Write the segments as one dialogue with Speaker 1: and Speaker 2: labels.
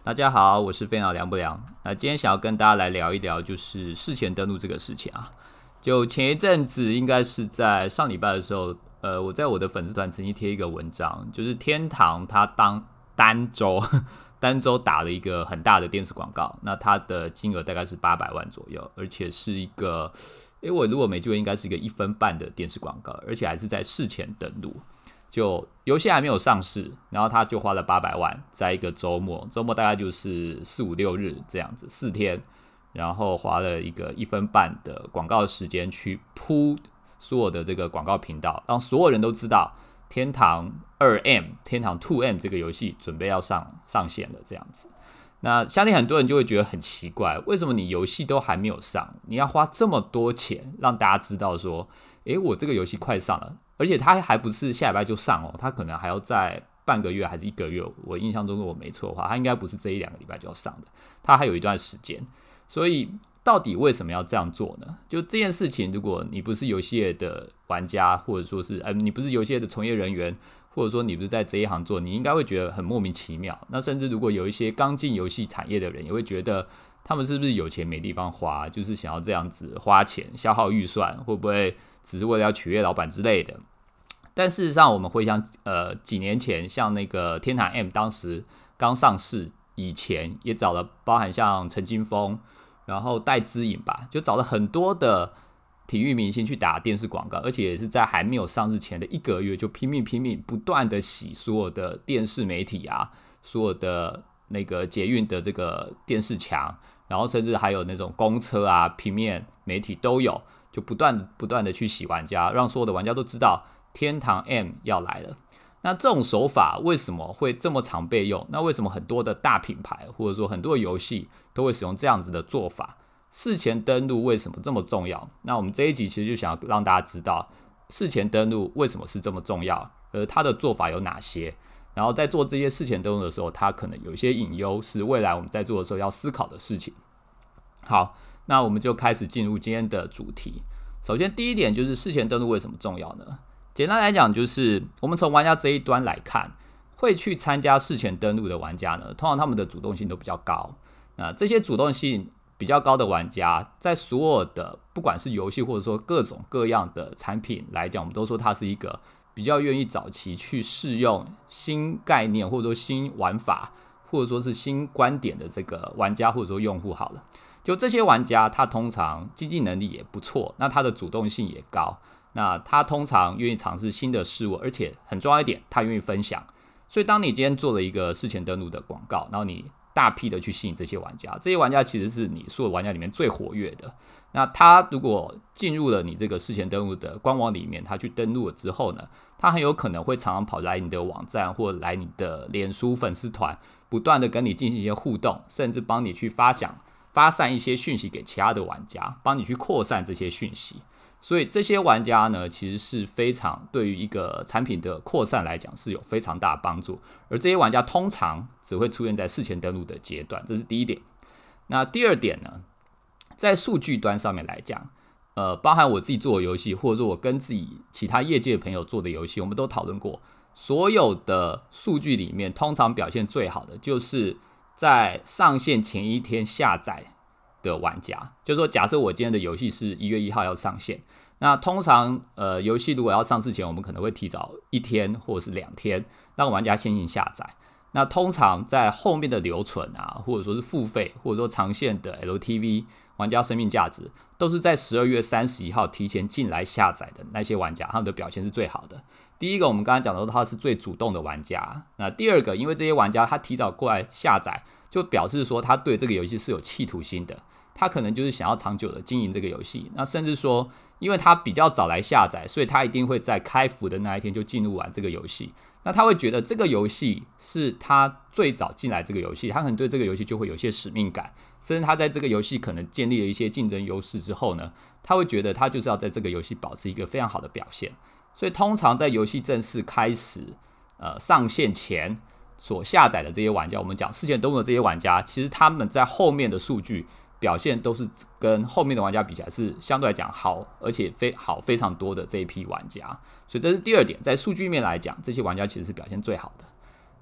Speaker 1: 大家好，我是飞鸟凉不凉。那今天想要跟大家来聊一聊，就是事前登录这个事情啊。就前一阵子，应该是在上礼拜的时候，我在我的粉丝团曾经贴一个文章，就是天堂它单周打了一个很大的电视广告，那它的金额大概是800万左右，而且是一个，我如果没记错，应该是一个1分半的电视广告，而且还是在事前登录。就游戏还没有上市，然后他就花了800万，在一个周末大概就是4、5、6日这样子，4天，然后花了一个1分半的广告时间去铺所有的这个广告频道，让所有人都知道天堂 2M、天堂 2M 这个游戏准备要上线了这样子。那相信很多人就会觉得很奇怪，为什么你游戏都还没有上，你要花这么多钱让大家知道说，我这个游戏快上了，而且它还不是下礼拜就上哦，它可能还要在半个月还是1个月，我印象中如果没错的话，它应该不是这1、2个礼拜就要上的，它还有一段时间。所以到底为什么要这样做呢？就这件事情，如果你不是游戏业的玩家，或者说是你不是游戏业的从业人员，或者说你不是在这一行做，你应该会觉得很莫名其妙。那甚至如果有一些刚进游戏产业的人，也会觉得他们是不是有钱没地方花，就是想要这样子花钱消耗预算，会不会只是为了要取悦老板之类的？但事实上，我们回想几年前，像那个天堂 M 当时刚上市以前，也找了包含像陈金锋，然后戴资颖吧，就找了很多的体育明星去打电视广告，而且也是在还没有上市前的1个月就拼命不断的洗所有的电视媒体啊，所有的那个捷运的这个电视墙，然后甚至还有那种公车啊，平面媒体都有，就不断的去洗玩家，让所有的玩家都知道天堂 M 要来了。那这种手法为什么会这么常被用？那为什么很多的大品牌或者说很多的游戏都会使用这样子的做法？事前登录为什么这么重要？那我们这一集其实就想让大家知道事前登录为什么是这么重要，而它的做法有哪些，然后在做这些事前登录的时候，它可能有一些隐忧是未来我们在做的时候要思考的事情。好，那我们就开始进入今天的主题。首先第一点就是事前登录为什么重要呢？简单来讲，就是我们从玩家这一端来看，会去参加事前登录的玩家呢，通常他们的主动性都比较高。那这些主动性比较高的玩家，在所有的不管是游戏或者说各种各样的产品来讲，我们都说它是一个比较愿意早期去试用新概念或者说新玩法或者说是新观点的这个玩家或者说用户好了。就这些玩家，他通常经济能力也不错，那他的主动性也高。那他通常愿意尝试新的事物，而且很重要一点，他愿意分享。所以当你今天做了一个事前登录的广告，然后你大批的去吸引这些玩家，这些玩家其实是你所有玩家里面最活跃的。那他如果进入了你这个事前登录的官网里面，他去登录了之后呢，他很有可能会常常跑来你的网站或来你的脸书粉丝团，不断的跟你进行一些互动，甚至帮你去发散一些讯息给其他的玩家，帮你去扩散这些讯息。所以这些玩家呢，其实是非常对于一个产品的扩散来讲是有非常大的帮助，而这些玩家通常只会出现在事前登录的阶段，这是第一点。那第二点呢，在数据端上面来讲，包含我自己做的游戏，或者说我跟自己其他业界的朋友做的游戏，我们都讨论过，所有的数据里面，通常表现最好的就是在上线前一天下载的玩家。就是说假设我今天的游戏是1月1号要上线，那通常游戏如果要上市前，我们可能会提早1天或者是2天让玩家先行下载。那通常在后面的留存啊，或者说是付费，或者说长线的 LTV 玩家生命价值，都是在12月31号提前进来下载的那些玩家，他们的表现是最好的。第一个我们刚才讲到他是最主动的玩家，那第二个因为这些玩家他提早过来下载，就表示说他对这个游戏是有企图心的，他可能就是想要长久的经营这个游戏。那甚至说因为他比较早来下载，所以他一定会在开服的那一天就进入完这个游戏。那他会觉得这个游戏是他最早进来这个游戏，他可能对这个游戏就会有一些使命感，甚至他在这个游戏可能建立了一些竞争优势之后呢，他会觉得他就是要在这个游戏保持一个非常好的表现。所以通常在游戏正式开始上线前所下载的这些玩家，我们讲事前登录的这些玩家，其实他们在后面的数据表现都是跟后面的玩家比起来是相对来讲好，而且非常多的这一批玩家。所以这是第二点，在数据面来讲，这些玩家其实是表现最好的。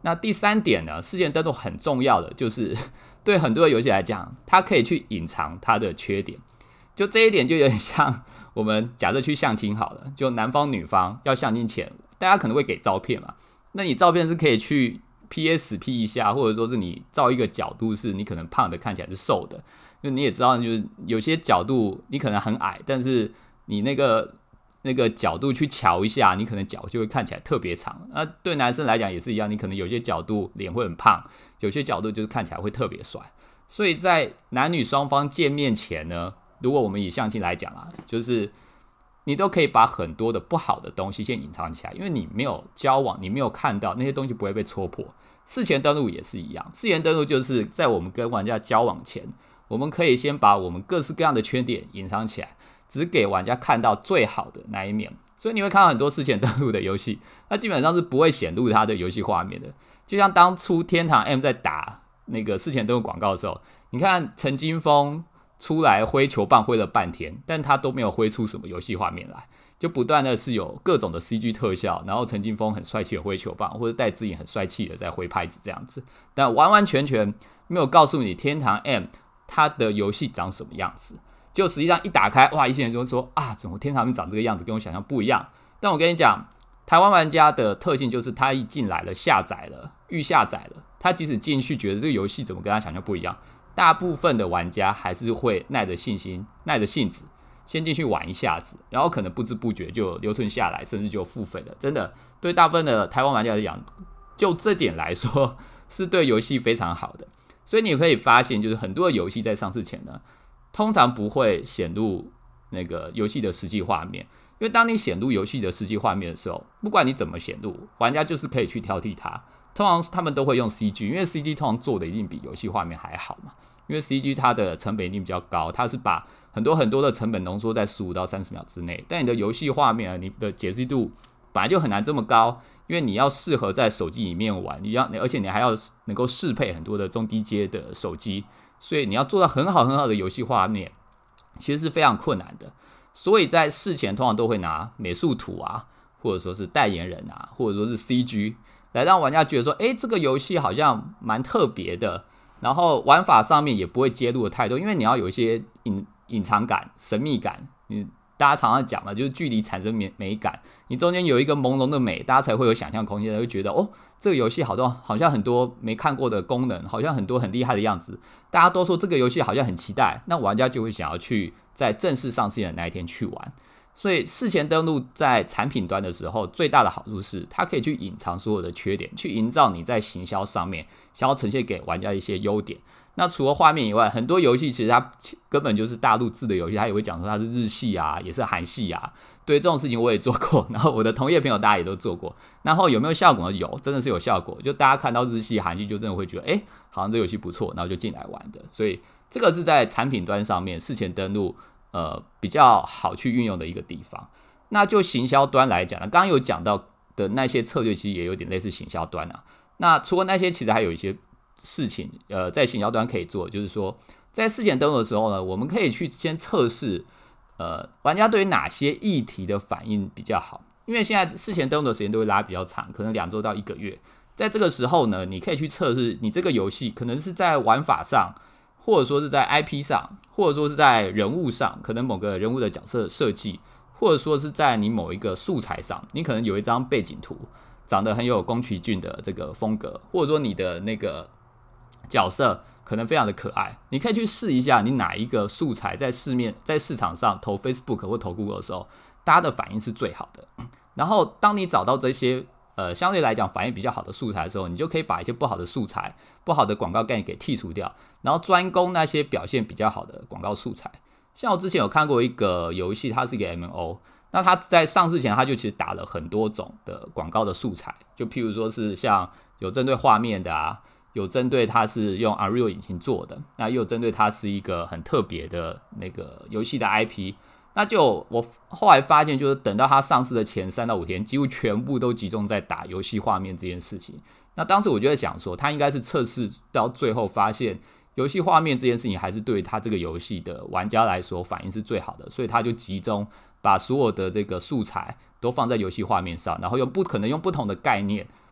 Speaker 1: 那第3点呢，事前登录很重要的就是对很多的游戏来讲，它可以去隐藏它的缺点。就这一点就有点像我们假设去相亲好了，就男方女方要相亲前，大家可能会给照片嘛，那你照片是可以去 P 一下，或者说是你照一个角度是你可能胖的看起来是瘦的，就你也知道，就是有些角度你可能很矮，但是你那个角度去瞧一下，你可能脚就会看起来特别长。那对男生来讲也是一样，你可能有些角度脸会很胖，有些角度就是看起来会特别帅。所以在男女双方见面前呢，如果我们以相亲来讲啊，就是你都可以把很多的不好的东西先隐藏起来，因为你没有交往，你没有看到那些东西，不会被戳破。事前登录也是一样，事前登录就是在我们跟玩家交往前，我们可以先把我们各式各样的缺点隐藏起来，只给玩家看到最好的那一面。所以你会看到很多事前登录的游戏，它基本上是不会显露它的游戏画面的。就像当初天堂 M 在打那个事前登录广告的时候，你看陈金锋出来挥球棒挥了半天，但他都没有挥出什么游戏画面来，就不断的是有各种的 CG 特效，然后陈金锋很帅气的挥球棒，或者戴资颖很帅气的在挥拍子这样子，但完完全全没有告诉你天堂 M 它的游戏长什么样子。就实际上一打开，哇，一些人就说啊，怎么天堂 M 长这个样子，跟我想象不一样。但我跟你讲，台湾玩家的特性就是他一进来了，下载了，预下载了，他即使进去觉得这个游戏怎么跟他想象不一样，大部分的玩家还是会耐着性子先进去玩一下子，然后可能不知不觉就留存下来，甚至就付费了。真的，对大部分的台湾玩家来讲，就这点来说，是对游戏非常好的。所以你可以发现，就是很多的游戏在上市前呢，通常不会显露那个游戏的实际画面，因为当你显露游戏的实际画面的时候，不管你怎么显露，玩家就是可以去挑剔它。通常他们都会用 CG， 因为 CG 通常做的一定比游戏画面还好嘛。因为 CG 它的成本一定比较高，它是把很多的成本浓缩在15到30秒之内。但你的游戏画面，你的解析度本来就很难这么高，因为你要适合在手机里面玩，而且你还要能够适配很多的中低阶的手机，所以你要做到很好的游戏画面，其实是非常困难的。所以在事前通常都会拿美术图啊，或者说是代言人啊，或者说是 CG 来让玩家觉得说，这个游戏好像蛮特别的。然后玩法上面也不会揭露的太多，因为你要有一些隐藏感、神秘感。大家常常讲嘛，就是距离产生美感，你中间有一个朦胧的美，大家才会有想象空间，才会觉得这个游戏好像很多没看过的功能，好像很多很厉害的样子。大家都说这个游戏好像很期待，那玩家就会想要去在正式上线的那一天去玩。所以事前登录在产品端的时候，最大的好处是它可以去隐藏所有的缺点，去营造你在行销上面想要呈现给玩家一些优点。那除了画面以外，很多游戏其实它根本就是大陆制的游戏，它也会讲说它是日系啊，也是韩系啊。对，这种事情我也做过，然后我的同业朋友大家也都做过。然后有没有效果呢？有，真的是有效果。就大家看到日系、韩系，就真的会觉得，好像这游戏不错，然后就进来玩的。所以这个是在产品端上面事前登录比较好去运用的一个地方。那就行销端来讲呢，刚刚有讲到的那些策略，其实也有点类似行销端啊。那除了那些，其实还有一些事情，在行销端可以做，就是说，在事前登录的时候呢，我们可以去先测试，玩家对于哪些议题的反应比较好。因为现在事前登录的时间都会拉比较长，可能2周到1个月。在这个时候呢，你可以去测试你这个游戏可能是在玩法上，或者说是在 IP 上，或者说是在人物上，可能某个人物的角色设计，或者说是在你某一个素材上，你可能有一张背景图长得很有宫崎骏的这个风格，或者说你的那个角色可能非常的可爱，你可以去试一下你哪一个素材在市场上投 Facebook 或投 Google 的时候，大家的反应是最好的。然后当你找到这些相对来讲反应比较好的素材的时候，你就可以把一些不好的素材、不好的广告概念给剔除掉，然后专攻那些表现比较好的广告素材。像我之前有看过一个游戏，它是一个 MMO， 那它在上市前，它就其实打了很多种的广告的素材，就譬如说是像有针对画面的啊，有针对它是用 Unreal 引擎做的，那又有针对它是一个很特别的那个游戏的 IP。那就我后来发现，就是等到它上市的前3到5天，几乎全部都集中在打游戏画面这件事情。那当时我就在想说，它应该是测试到最后发现，游戏画面这件事情还是对它这个游戏的玩家来说反应是最好的，所以它就集中把所有的这个素材都放在游戏画面上，然后可能用不同的概念、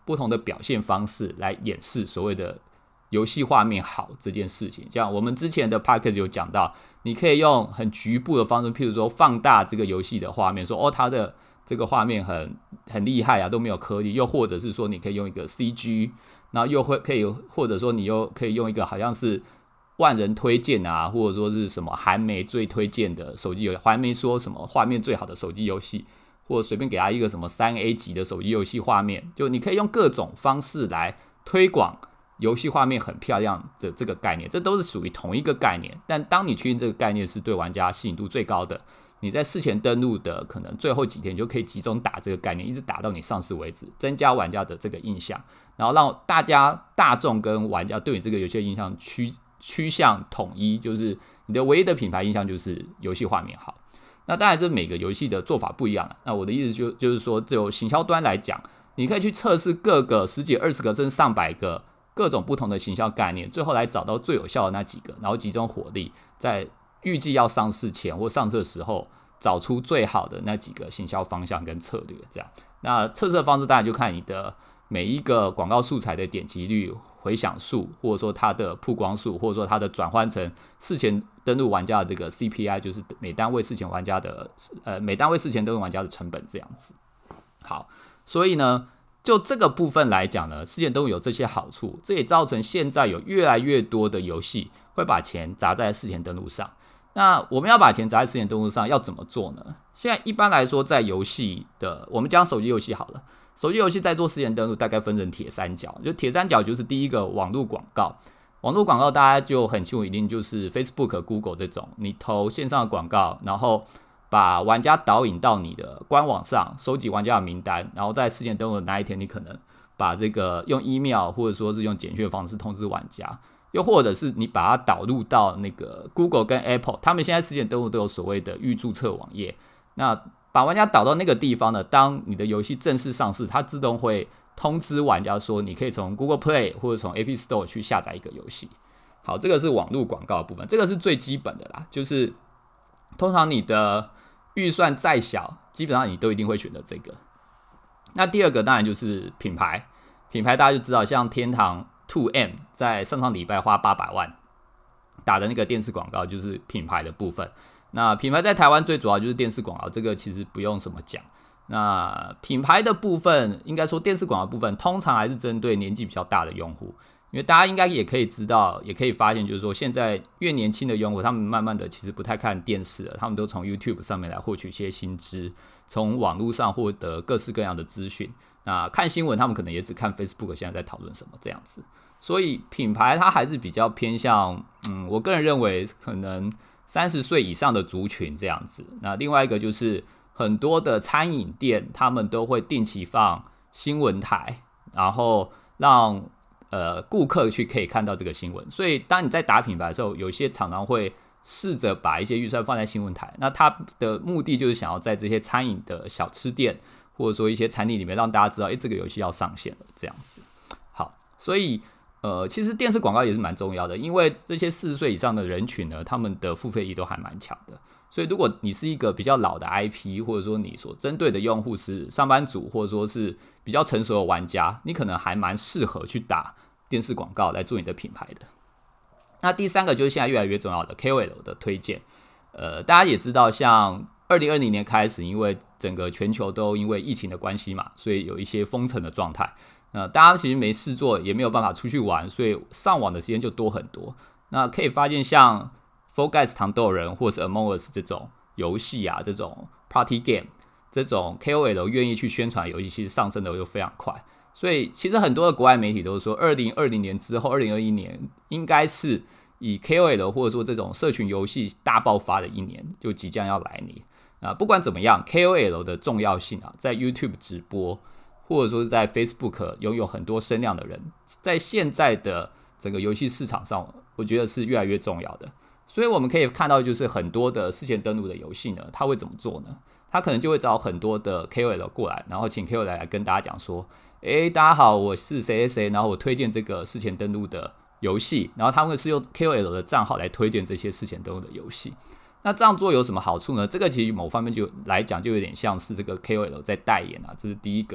Speaker 1: 不同的表现方式来演示所谓的游戏画面好这件事情。像我们之前的 podcast 有讲到，你可以用很局部的方式，譬如说放大这个游戏的画面，说它的这个画面很厉害啊，都没有颗粒，又或者是说你可以用一个 CG， 然后又可以，或者说你又可以用一个好像是万人推荐啊，或者说是什么韩媒最推荐的手机游戏，韩媒说什么画面最好的手机游戏，或者随便给他一个什么3A 级的手机游戏画面，就你可以用各种方式来推广游戏画面很漂亮的这个概念，这都是属于同一个概念。但当你确定这个概念是对玩家吸引度最高的，你在事前登录的可能最后几天，你就可以集中打这个概念，一直打到你上市为止，增加玩家的这个印象，然后让大众跟玩家对你这个游戏的印象趋向统一，就是你的唯一的品牌印象就是游戏画面好。那当然，这每个游戏的做法不一样了。那我的意思就是说，就行销端来讲，你可以去测试各个10几、20个甚至上百个各种不同的行销概念，最后来找到最有效的那几个，然后集中火力，在预计要上市前或上市的时候，找出最好的那几个行销方向跟策略。这样，那测试的方式当然就看你的每一个广告素材的点击率、回响数，或者说它的曝光数，或者说它的转换成事前登录玩家的这个 CPI， 就是每单位事前登录玩家的成本这样子。好，所以呢，就这个部分来讲呢，事前登录有这些好处，这也造成现在有越来越多的游戏会把钱砸在事前登录上。那我们要把钱砸在事前登录上，要怎么做呢？现在一般来说，在游戏的，我们讲手机游戏好了，手机游戏在做事前登录大概分成铁三角，就铁三角就是第一个网络广告。网络广告大家就很清楚，一定就是 Facebook、Google 这种，你投线上的广告，然后把玩家导引到你的官网上，收集玩家的名单，然后在事前登录的那一天，你可能把这个用 email 或者说是用简讯的方式通知玩家，又或者是你把它导入到那个 Google 跟 Apple， 他们现在事前登录都有所谓的预注册网页，那把玩家导到那个地方呢，当你的游戏正式上市，它自动会通知玩家说，你可以从 Google Play 或者从 App Store 去下载一个游戏。好，这个是网络广告的部分，这个是最基本的啦，就是通常你的预算再小，基本上你都一定会选择这个。那第二个当然就是品牌，大家就知道，像天堂 2M 在上礼拜花800万打的那个电视广告，就是品牌的部分。那品牌在台湾最主要就是电视广告，这个其实不用什么讲。那品牌的部分，应该说电视广告部分，通常还是针对年纪比较大的用户，因为大家应该也可以知道，也可以发现，就是说现在越年轻的用户，他们慢慢的其实不太看电视了，他们都从 YouTube 上面来获取一些新知，从网络上获得各式各样的资讯。那看新闻，他们可能也只看 Facebook 现在在讨论什么这样子。所以品牌它还是比较偏向，我个人认为可能30岁以上的族群这样子。那另外一个就是很多的餐饮店，他们都会定期放新闻台，然后让顾客去可以看到这个新闻。所以当你在打品牌的时候，有些厂商会试着把一些预算放在新闻台，那它的目的就是想要在这些餐饮的小吃店，或者说一些餐厅里面让大家知道，这个游戏要上线了这样子。好，所以其实电视广告也是蛮重要的，因为这些40岁以上的人群呢，他们的付费力都还蛮强的。所以如果你是一个比较老的 IP， 或者说你所针对的用户是上班族，或者说是比较成熟的玩家，你可能还蛮适合去打电视广告来做你的品牌的。那第三个就是现在越来越重要的 KOL 的推荐。大家也知道，像2020年开始，因为整个全球都因为疫情的关系嘛，所以有一些封城的状态。大家其实没事做，也没有办法出去玩，所以上网的时间就多很多。那可以发现，像 Fall Guys 糖豆人或是 Among Us 这种游戏啊，这种 Party Game， 这种 KOL 愿意去宣传游戏，其实上升的又非常快。所以其实很多的国外媒体都说，2020年之后，2021年应该是以 KOL 或者说这种社群游戏大爆发的一年，就即将要来临。不管怎么样 ，KOL 的重要性啊，在 YouTube 直播，或者说是在 Facebook 拥有很多声量的人，在现在的整个游戏市场上，我觉得是越来越重要的。所以我们可以看到，就是很多的事前登录的游戏呢，它会怎么做呢？它可能就会找很多的 KOL 过来，然后请 KOL 来跟大家讲说，大家好，我是谁谁谁，然后我推荐这个事前登录的游戏，然后他们是用 KOL 的账号来推荐这些事前登录的游戏。那这样做有什么好处呢？这个其实某方面就来讲，就有点像是这个 KOL 在代言啊，这是第一个。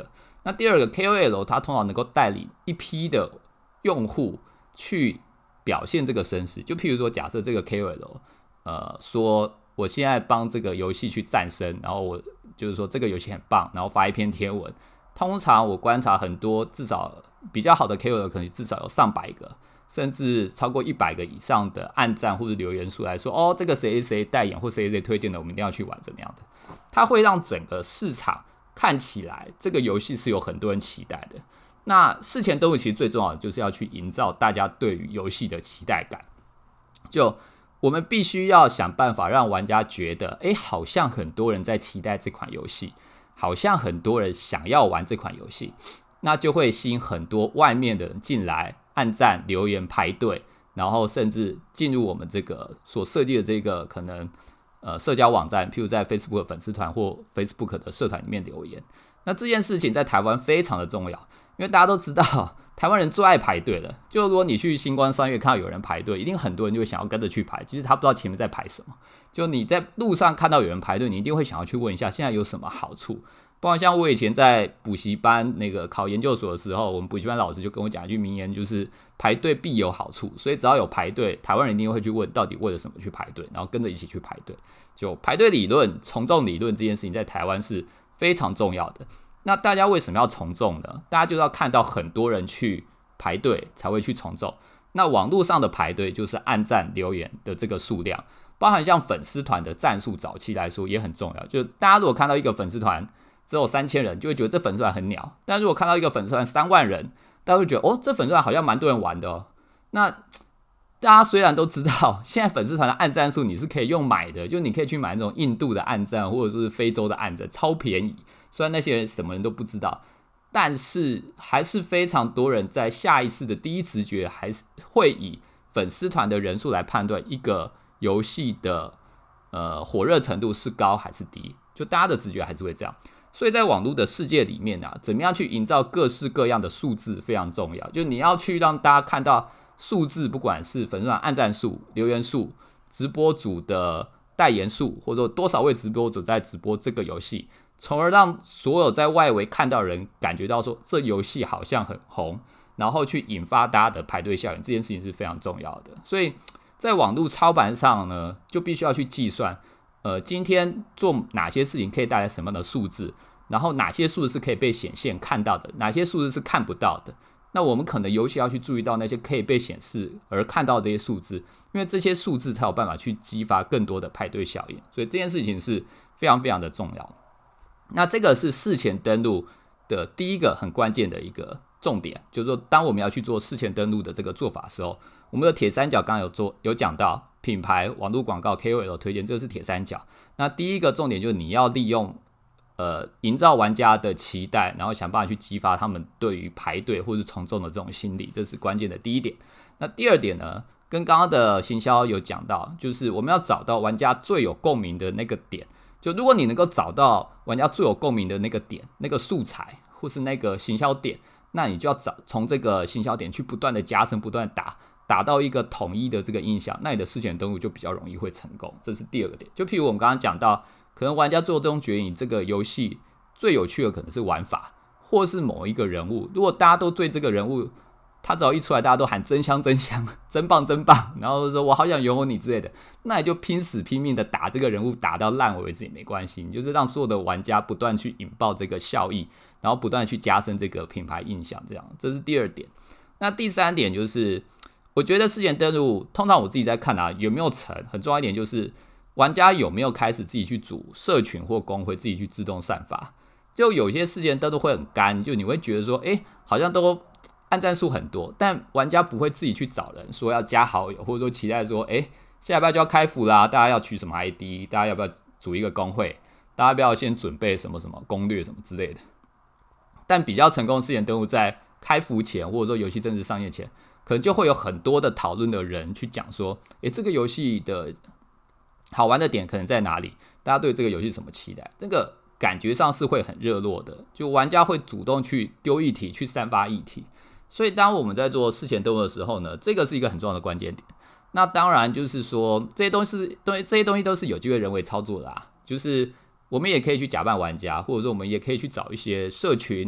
Speaker 1: 那第二个 KOL 它通常能够带领一批的用户去表现这个声势，就譬如说假设这个 KOL 说我现在帮这个游戏去赞声，然后我就是说这个游戏很棒，然后发一篇贴文。通常我观察很多至少比较好的 KOL 可能至少有上百个甚至超过100个以上的按赞或者留言数来说，哦，这个谁谁谁代言或谁谁谁推荐的，我们一定要去玩怎么样的，它会让整个市场看起来这个游戏是有很多人期待的。那事前登录其实最重要的就是要去营造大家对于游戏的期待感，就我们必须要想办法让玩家觉得，好像很多人在期待这款游戏，好像很多人想要玩这款游戏，那就会吸引很多外面的人进来按赞、留言、排队，然后甚至进入我们这个所设计的这个可能社交网站，譬如在 Facebook 粉丝团或 Facebook 的社团里面留言。那这件事情在台湾非常的重要，因为大家都知道台湾人最爱排队了。就如果你去星光三月看到有人排队，一定很多人就会想要跟着去排，其实他不知道前面在排什么。就你在路上看到有人排队，你一定会想要去问一下现在有什么好处。包括像我以前在补习班那个考研究所的时候，我们补习班老师就跟我讲一句名言，就是排队必有好处。所以只要有排队，台湾人一定会去问到底为了什么去排队，然后跟着一起去排队。就排队理论、从众理论这件事情在台湾是非常重要的。那大家为什么要从众呢？大家就要看到很多人去排队才会去从众。那网络上的排队就是按赞留言的这个数量，包含像粉丝团的战术，早期来说也很重要。就大家如果看到一个粉丝团只有3000人，就会觉得这粉丝团很鸟；但如果看到一个粉丝团3万人，大家会觉得这粉丝团好像蛮多人玩的哦。那大家虽然都知道现在粉丝团的按赞数你是可以用买的，就你可以去买那种印度的按赞或者是非洲的按赞，超便宜。虽然那些人什么人都不知道，但是还是非常多人在下意识的第一直觉还是会以粉丝团的人数来判断一个游戏的火热程度是高还是低，就大家的直觉还是会这样。所以在网络的世界里面怎么样去营造各式各样的数字非常重要，就你要去让大家看到数字，不管是粉丝团按赞数、留言数、直播主的代言数，或者说多少位直播主在直播这个游戏，从而让所有在外围看到的人感觉到说这游戏好像很红，然后去引发大家的排队效应，这件事情是非常重要的。所以在网络操盘上呢，就必须要去计算今天做哪些事情可以带来什么样的数字，然后哪些数字是可以被显现看到的，哪些数字是看不到的。那我们可能尤其要去注意到那些可以被显示而看到这些数字，因为这些数字才有办法去激发更多的排队效应，所以这件事情是非常非常的重要。那这个是事前登录的第一个很关键的一个重点，就是说当我们要去做事前登录的这个做法的时候，我们的铁三角刚刚有讲到品牌、网络广告、KOL 推荐，这个是铁三角。那第一个重点就是你要利用营造玩家的期待，然后想办法去激发他们对于排队或是从众的这种心理，这是关键的第一点。那第二点呢，跟刚刚的行销有讲到，就是我们要找到玩家最有共鸣的那个点。就如果你能够找到玩家最有共鸣的那个点、那个素材或是那个行销点，那你就要从这个行销点去不断的加深、不断的打到一个统一的这个印象，那你的事前登录就比较容易会成功。这是第二个点。就譬如我们刚刚讲到，可能玩家最终觉得你这个游戏最有趣的可能是玩法，或是某一个人物。如果大家都对这个人物，他只要一出来，大家都喊真香真香，真棒真棒，然后说我好想拥有你之类的，那你就拼死拼命的打这个人物，打到烂为止也没关系。你就是让所有的玩家不断去引爆这个效益，然后不断去加深这个品牌印象，这样，这是第二点。那第三点就是，我觉得事前登录，通常我自己在看有没有成，很重要一点就是玩家有没有开始自己去组社群或公会，自己去自动散发。就有些事前登录会很干，就你会觉得说，好像都按赞数很多，但玩家不会自己去找人说要加好友，或者说期待说，下礼拜就要开服啦，大家要取什么 ID， 大家要不要组一个公会，大家要不要先准备什么什么攻略什么之类的。但比较成功的事前登录在开服前，或者说游戏正式上线前，可能就会有很多的讨论的人去讲说，这个游戏的好玩的点可能在哪里，大家对这个游戏什么期待，这个感觉上是会很热络的，就玩家会主动去丢议题，去散发议题。所以当我们在做事前登录的时候呢，这个是一个很重要的关键点。那当然就是说这些东西都是有机会人为操作的就是我们也可以去假扮玩家，或者说我们也可以去找一些社群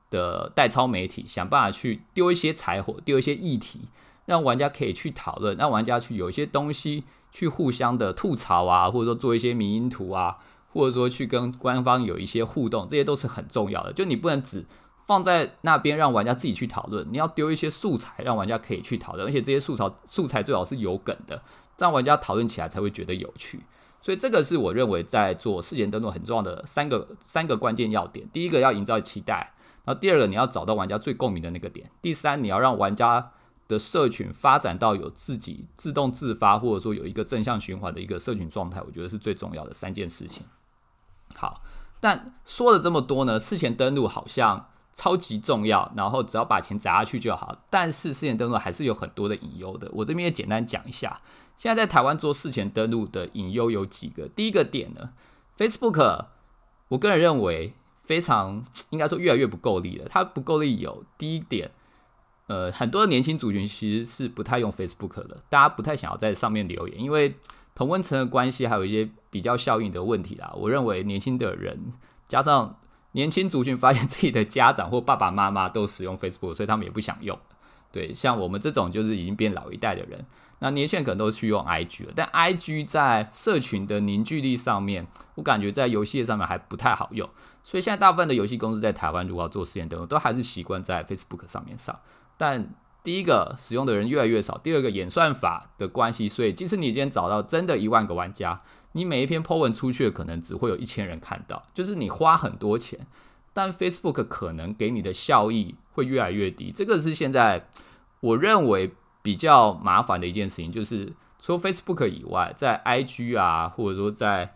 Speaker 1: 的代操媒体想办法去丢一些柴火，丢一些议题，让玩家可以去讨论，让玩家去有一些东西去互相的吐槽啊，或者说做一些迷因图啊，或者说去跟官方有一些互动，这些都是很重要的。就你不能只放在那边让玩家自己去讨论，你要丢一些素材让玩家可以去讨论，而且这些素材最好是有梗的，这样玩家讨论起来才会觉得有趣。所以这个是我认为在做事前登录很重要的三个关键要点。第一个要营造期待，然后第二个你要找到玩家最共鸣的那个点，第三你要让玩家的社群发展到有自己自动自发，或者说有一个正向循环的一个社群状态，我觉得是最重要的3件事情。好，但说了这么多呢，事前登录好像超级重要，然后只要把钱砸下去就好，但是事前登录还是有很多的隐忧的，我这边也简单讲一下。现在在台湾做事前登录的隐忧有几个。第一个点呢， Facebook 我个人认为非常应该说越来越不够力了。它不够力有第一点，很多的年轻族群其实是不太用 Facebook 的，大家不太想要在上面留言，因为同温层的关系，还有一些比较效应的问题啦。我认为年轻的人加上年轻族群发现自己的家长或爸爸妈妈都使用 Facebook， 所以他们也不想用。对，像我们这种就是已经变老一代的人，那年轻人可能都去用 IG 了，但 IG 在社群的凝聚力上面，我感觉在游戏上面还不太好用，所以现在大部分的游戏公司在台湾如果要做事前登录，都还是习惯在 Facebook 上面上。但第一个使用的人越来越少，第二个演算法的关系，所以即使你今天找到真的1万个玩家，你每一篇 po 文出去的可能只会有1000人看到，就是你花很多钱，但 Facebook 可能给你的效益会越来越低。这个是现在我认为比较麻烦的一件事情，就是除了 Facebook 以外，在 IG 啊，或者说在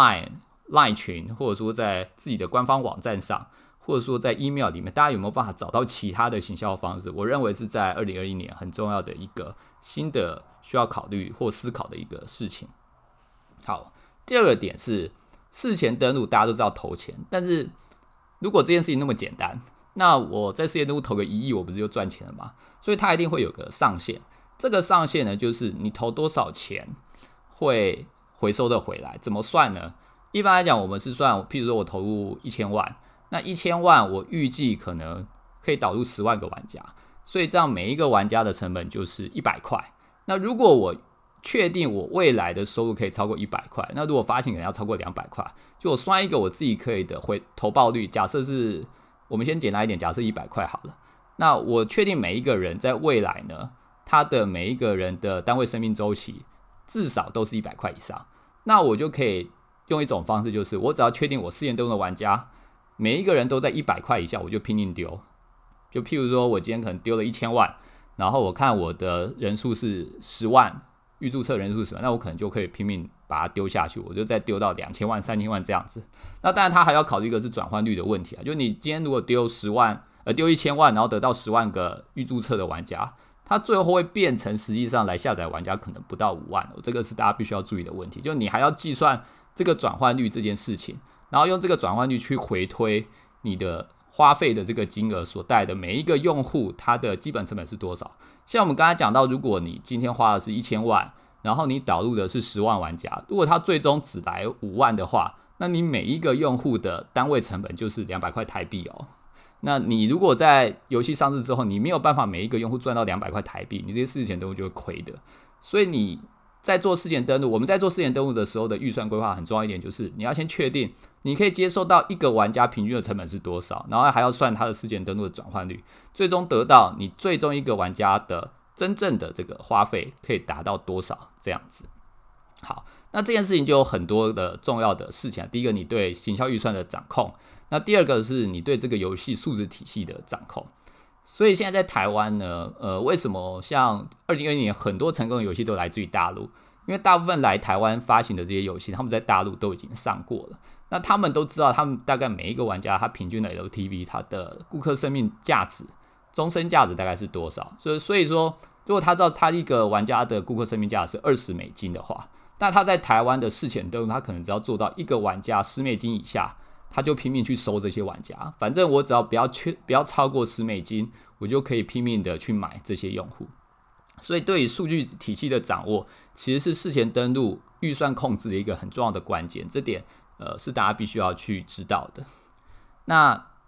Speaker 1: Line 群，或者说在自己的官方网站上，或者说在 email 里面，大家有没有办法找到其他的行销方式？我认为是在2021年很重要的一个新的需要考虑或思考的一个事情。好，第二个点是事前登录，大家都知道投钱，但是如果这件事情那么简单，那我在事前登录投个1亿，我不是就赚钱了吗？所以它一定会有个上限。这个上限呢，就是你投多少钱会回收的回来。怎么算呢？一般来讲，我们是算，譬如说我投入1000万，那1000万我预计可能可以导入10万个玩家，所以这样每一个玩家的成本就是100块。那如果我确定我未来的收入可以超过100块，那如果发行可能要超过200块，就我算一个我自己可以的投报率，假设是我们先简单一点，假设100块好了。那我确定每一个人在未来呢，他的每一个人的单位生命周期至少都是100块以上，那我就可以用一种方式，就是我只要确定我事前登录的玩家每一个人都在100块以下，我就拼命丢。就譬如说我今天可能丢了1000万，然后我看我的人数是10万，预注册人数10万，那我可能就可以拼命把它丢下去，我就再丢到2000万、3000万这样子。那当然他还要考虑一个是转换率的问题啊，就你今天如果丢10万，丢1000万，然后得到10万个预注册的玩家，它最后会变成实际上来下载玩家可能不到5万，这个是大家必须要注意的问题。就你还要计算这个转换率这件事情，然后用这个转换率去回推你的花费的这个金额所带的每一个用户他的基本成本是多少。像我们刚才讲到，如果你今天花的是1000万，然后你导入的是10万玩家，如果他最终只来5万的话，那你每一个用户的单位成本就是200块台币哦。那你如果在游戏上市之后，你没有办法每一个用户赚到200块台币，你这些事前登录就会亏的。所以你在做事前登录，我们在做事前登录的时候的预算规划很重要一点，就是你要先确定你可以接受到一个玩家平均的成本是多少，然后还要算他的事前登录的转换率，最终得到你最终一个玩家的真正的这个花费可以达到多少这样子。好，那这件事情就有很多的重要的事情第一个，你对行销预算的掌控，那第二个是你对这个游戏数字体系的掌控。所以现在在台湾呢，为什么像2021年很多成功的游戏都来自于大陆？因为大部分来台湾发行的这些游戏，他们在大陆都已经上过了。那他们都知道，他们大概每一个玩家他平均的 LTV， 他的顾客生命价值、终身价值大概是多少？所以说，如果他知道他一个玩家的顾客生命价值是$20的话，那他在台湾的事前登录，他可能只要做到一个玩家$10以下，他就拼命去收这些玩家。反正我只要不要超过$10，我就可以拼命的去买这些用户。所以对于数据体系的掌握，其实是事前登录预算控制的一个很重要的关键，这点是大家必须要去知道的。那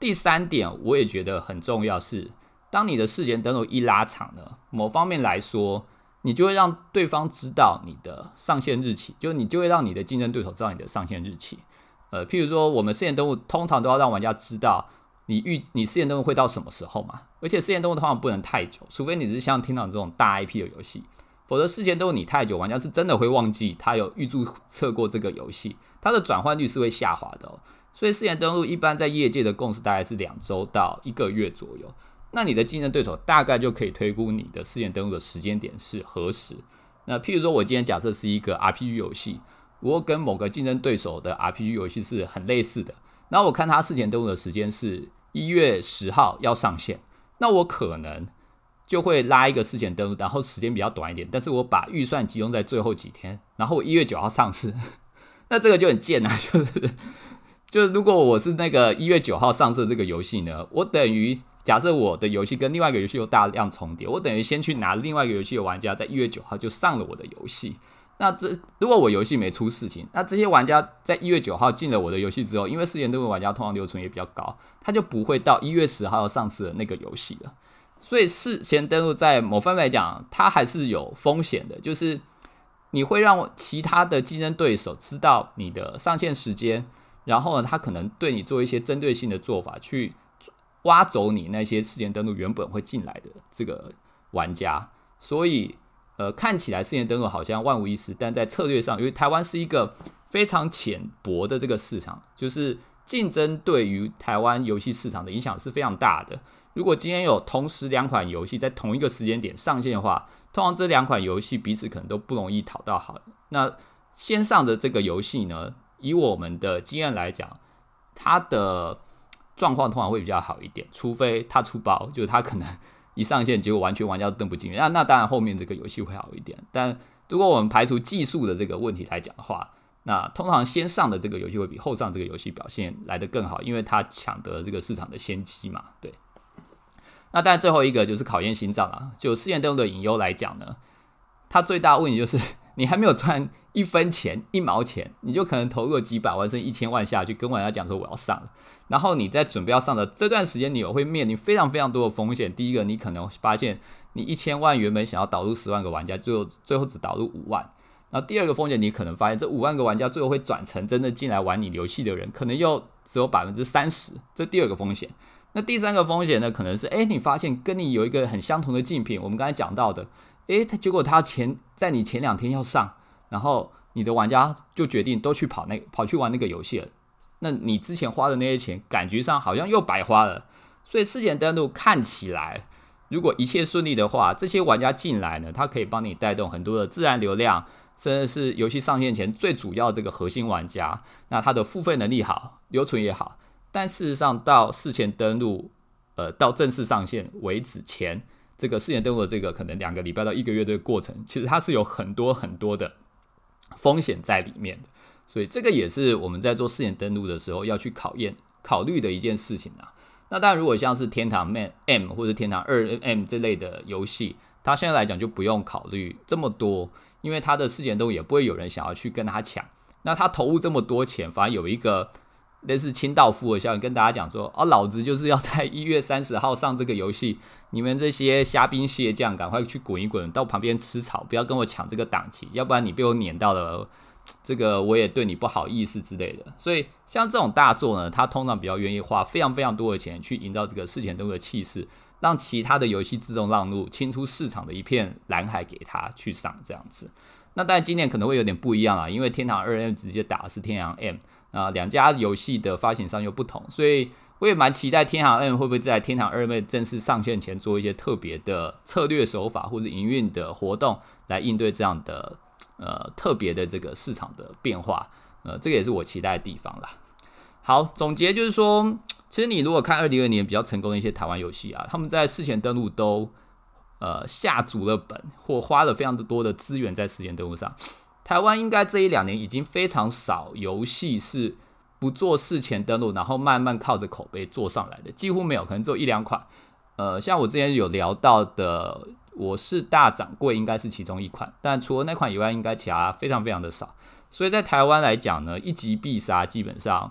Speaker 1: 第三点我也觉得很重要是，当你的事前登录一拉长呢，某方面来说，你就会让对方知道你的上线日期，就你就会让你的竞争对手知道你的上线日期。譬如说我们事前登录通常都要让玩家知道你事前登录会到什么时候嘛，而且事前登录通常不能太久，除非你是像天堂这种大 IP 的游戏，否则事前登录你太久，玩家是真的会忘记他有预注册过这个游戏，它的转换率是会下滑的所以事前登录一般在业界的共识大概是2周到1个月左右。那你的竞争对手大概就可以推估你的事前登录的时间点是何时。那譬如说我今天假设是一个 RPG 游戏，我跟某个竞争对手的 RPG 游戏是很类似的，那我看他事前登录的时间是1月10号要上线，那我可能就会拉一个事前登录，然后时间比较短一点，但是我把预算集中在最后几天，然后我1月9号上市那这个就很贱啊，就是如果我是那个1月9号上市的这个游戏呢，我等于假设我的游戏跟另外一个游戏有大量重叠，我等于先去拿另外一个游戏的玩家在1月9号就上了我的游戏。那如果我游戏没出事情，那这些玩家在1月9号进了我的游戏之后，因为事前登录玩家通常留存也比较高，他就不会到1月10号要上市的那个游戏了。所以事前登录在某方面来讲，它还是有风险的，就是你会让其他的竞争对手知道你的上线时间，然后呢，他可能对你做一些针对性的做法，去挖走你那些事前登录原本会进来的这个玩家。所以看起来事前登录好像万无一失，但在策略上，因为台湾是一个非常浅薄的这个市场，就是竞争对于台湾游戏市场的影响是非常大的。如果今天有同时2款游戏在同一个时间点上线的话，通常这2款游戏彼此可能都不容易讨到好。那先上的这个游戏呢，以我们的经验来讲，它的状况通常会比较好一点，除非它出包，就是它可能一上线结果完全玩家都登不进去，那当然后面这个游戏会好一点。但如果我们排除技术的这个问题来讲的话，那通常先上的这个游戏会比后上这个游戏表现来得更好，因为它抢得这个市场的先机嘛。对。那当然最后一个就是考验心脏了。就事前登录的隐忧来讲呢，它最大的问题就是你还没有赚1分钱1毛钱，你就可能投入了几百万甚至1000万下去跟玩家讲说我要上了，然后你在准备要上的这段时间，你会面临非常非常多的风险。第一个，你可能发现你1000万原本想要导入10万个玩家，最后只导入5万。然后第二个风险，你可能发现这5万个玩家最后会转成真的进来玩你游戏的人，可能又只有30%，这第二个风险。那第三个风险呢，可能是你发现跟你有一个很相同的竞品，我们刚才讲到的，结果他在你前2天要上，然后你的玩家就决定都去跑去玩那个游戏了，那你之前花的那些钱，感觉上好像又白花了。所以事前登录看起来，如果一切顺利的话，这些玩家进来呢，它可以帮你带动很多的自然流量，甚至是游戏上线前最主要这个核心玩家，那它的付费能力好，留存也好。但事实上，到事前登录，到正式上线为止前，这个事前登录的这个可能2个礼拜到1个月的过程，其实它是有很多很多的风险在里面的。所以这个也是我们在做事前登录的时候要去考虑的一件事情啊。那当然，如果像是天堂 M 或者天堂 2M 这类的游戏，它现在来讲就不用考虑这么多，因为它的事前登录也不会有人想要去跟他抢。那他投入这么多钱，反而有一个类似清道夫的效应，跟大家讲说，老子就是要在1月30号上这个游戏，你们这些虾兵蟹将赶快去滚一滚，到旁边吃草，不要跟我抢这个档期，要不然你被我撵到了，这个我也对你不好意思之类的。所以像这种大作呢，他通常比较愿意花非常非常多的钱去营造这个事前登录的气势，让其他的游戏自动让路，清出市场的一片蓝海给他去上这样子。那当然今年可能会有点不一样啦，因为天堂 2M 直接打的是天堂 M，两家游戏的发行商又不同，所以我也蛮期待天堂 M 会不会在天堂 2M 正式上线前做一些特别的策略手法或者营运的活动，来应对这样的特别的这个市场的变化。这个也是我期待的地方啦。好，总结就是说，其实你如果看2022年比较成功的一些台湾游戏啊，他们在事前登录都下足了本，或花了非常多的资源在事前登录上。台湾应该这1-2年已经非常少游戏是不做事前登录，然后慢慢靠着口碑做上来的，几乎没有，可能只有1-2款。像我之前有聊到的，我是大掌柜应该是其中一款，但除了那款以外，应该其他非常非常的少。所以在台湾来讲呢，一击必杀基本上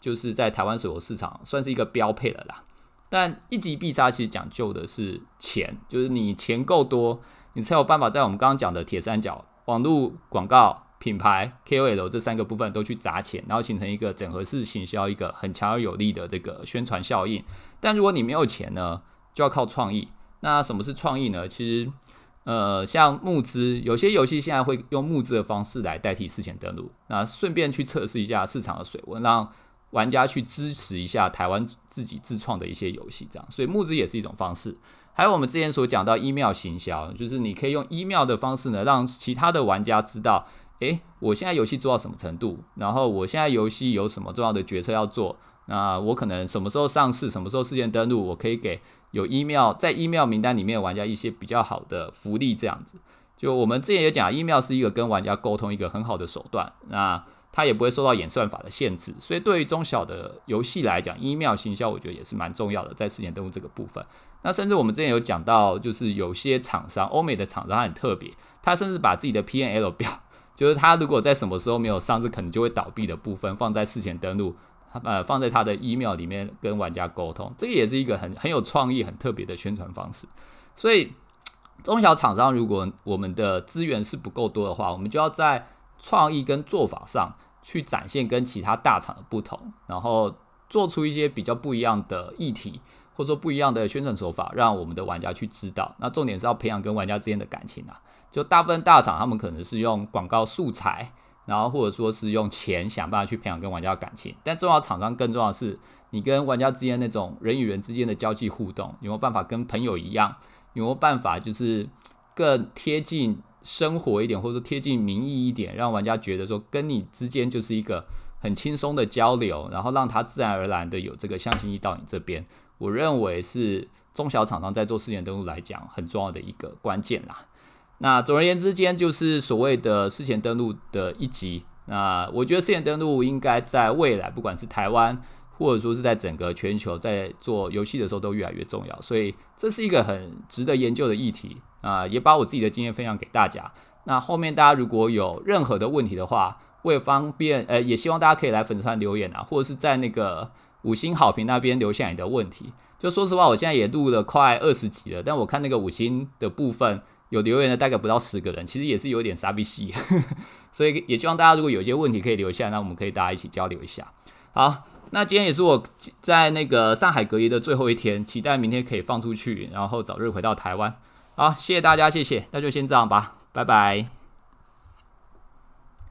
Speaker 1: 就是在台湾手游市场算是一个标配了啦。但一击必杀其实讲究的是钱，就是你钱够多，你才有办法在我们刚刚讲的铁三角网络广告、品牌、KOL 这3个部分都去砸钱，然后形成一个整合式行销，一个很强而有力的这个宣传效应。但如果你没有钱呢，就要靠创意。那什么是创意呢？其实像募资，有些游戏现在会用募资的方式来代替事前登录，那顺便去测试一下市场的水温，让玩家去支持一下台湾自己自创的一些游戏，这样，所以募资也是一种方式。还有我们之前所讲到 email 行销，就是你可以用 email 的方式呢，让其他的玩家知道，我现在游戏做到什么程度，然后我现在游戏有什么重要的决策要做，那我可能什么时候上市，什么时候事先登录，我可以给有 email 在 email 名单里面的玩家一些比较好的福利，这样子。就我们之前也讲 ，email 是一个跟玩家沟通一个很好的手段，那它也不会受到演算法的限制，所以对于中小的游戏来讲 ，email 行销我觉得也是蛮重要的，在事前登录这个部分。那甚至我们之前有讲到，就是有些厂商，欧美的厂商很特别，他甚至把自己的 P&L 表，就是他如果在什么时候没有上市，可能就会倒闭的部分，放在事前登录，放在他的 email 里面跟玩家沟通，这个也是一个很有创意、很特别的宣传方式。所以中小厂商，如果我们的资源是不够多的话，我们就要在创意跟做法上去展现跟其他大厂的不同，然后做出一些比较不一样的议题，或者说不一样的宣传手法，让我们的玩家去知道。那重点是要培养跟玩家之间的感情啊。就大部分大厂他们可能是用广告素材，然后或者说是用钱想办法去培养跟玩家的感情，但中小厂商更重要的是你跟玩家之间那种人与人之间的交际互动，有没有办法跟朋友一样，有没有办法就是更贴近生活一点，或者说贴近民意一点，让玩家觉得说跟你之间就是一个很轻松的交流，然后让他自然而然的有这个向心力到你这边，我认为是中小厂商在做事前登录来讲很重要的一个关键啦。那总而言之，今天就是所谓的事前登录的一集。那我觉得事前登录应该在未来，不管是台湾或者说是在整个全球，在做游戏的时候都越来越重要，所以这是一个很值得研究的议题也把我自己的经验分享给大家。那后面大家如果有任何的问题的话，为方便也希望大家可以来粉丝团留言或者是在那个5星好评那边留下你的问题。就说实话，我现在也录了快20集了，但我看那个5星的部分有留言的大概不到10个人，其实也是有点傻逼戏，所以也希望大家如果有一些问题可以留下，那我们可以大家一起交流一下。好，那今天也是我在那个上海隔离的最后一天，期待明天可以放出去，然后早日回到台湾。好，谢谢大家，谢谢，那就先这样吧，拜拜。